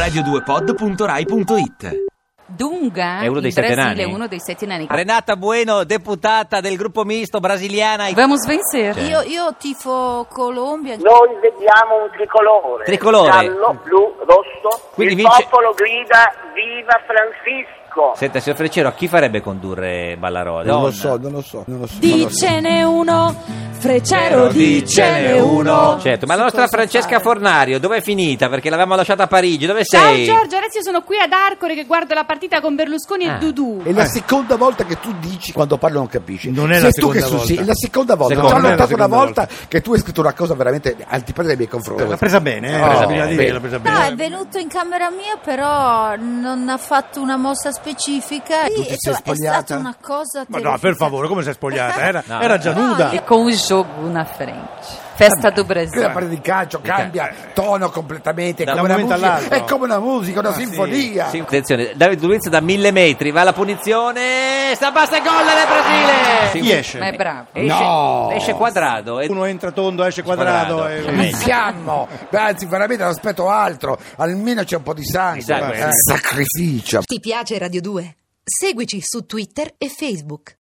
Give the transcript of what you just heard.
radio2pod.rai.it. Dunga, è uno dei in sette Brasile, nani? uno dei 7 nani. Renata Bueno, deputata del gruppo misto brasiliana. Vamos vencer. Io tifo Colombia. Noi vediamo un tricolore. Tricolore. Giallo, blu, rosso. Quindi il vince- popolo grida Viva Francisco. Senta, signor Freccero, a chi farebbe condurre Ballarò? Non lo so. Dicene uno, Freccero, dicene uno. Certo, ma la nostra Francesca Fornario dov'è finita? Perché l'avevamo lasciata a Parigi, dove Ciao sei? Giorgio, adesso io sono qui ad Arcore che guardo la partita con Berlusconi e Dudu. È la seconda volta che tu dici quando parlo non capisci. Non è Sei la tu che seconda sì, volta. è la seconda volta. Seconda. Ho Non è la notato una seconda volta che tu hai scritto una cosa veramente antipatica nei miei confronti. L'ha presa bene, bisogna dire, l'ha presa No, è bene. venuto in camera mia, però non ha fatto una mossa specifica. Tu ti sei È spogliata? stata una cosa Ma no, terrificante. per favore, come sei spogliata? No. Era già nuda. E com o jogo na frente. Festa do Qui la Brasil. parte di calcio cambia tono completamente, Da come un una momento musica, all'altro. è come una musica, una sì. sinfonia. Sì, attenzione, Davide Luiz da 1000 metri, va alla punizione, sta basta gol del Brasile! Chi esce? Ma è bravo. Esce Quadrado. Uno entra tondo, esce quadrado. Iniziamo, anzi veramente non aspetto altro, almeno c'è un po' di sangue. Di sangue, sì. Sacrificio. Ti piace Radio 2? Seguici su Twitter e Facebook.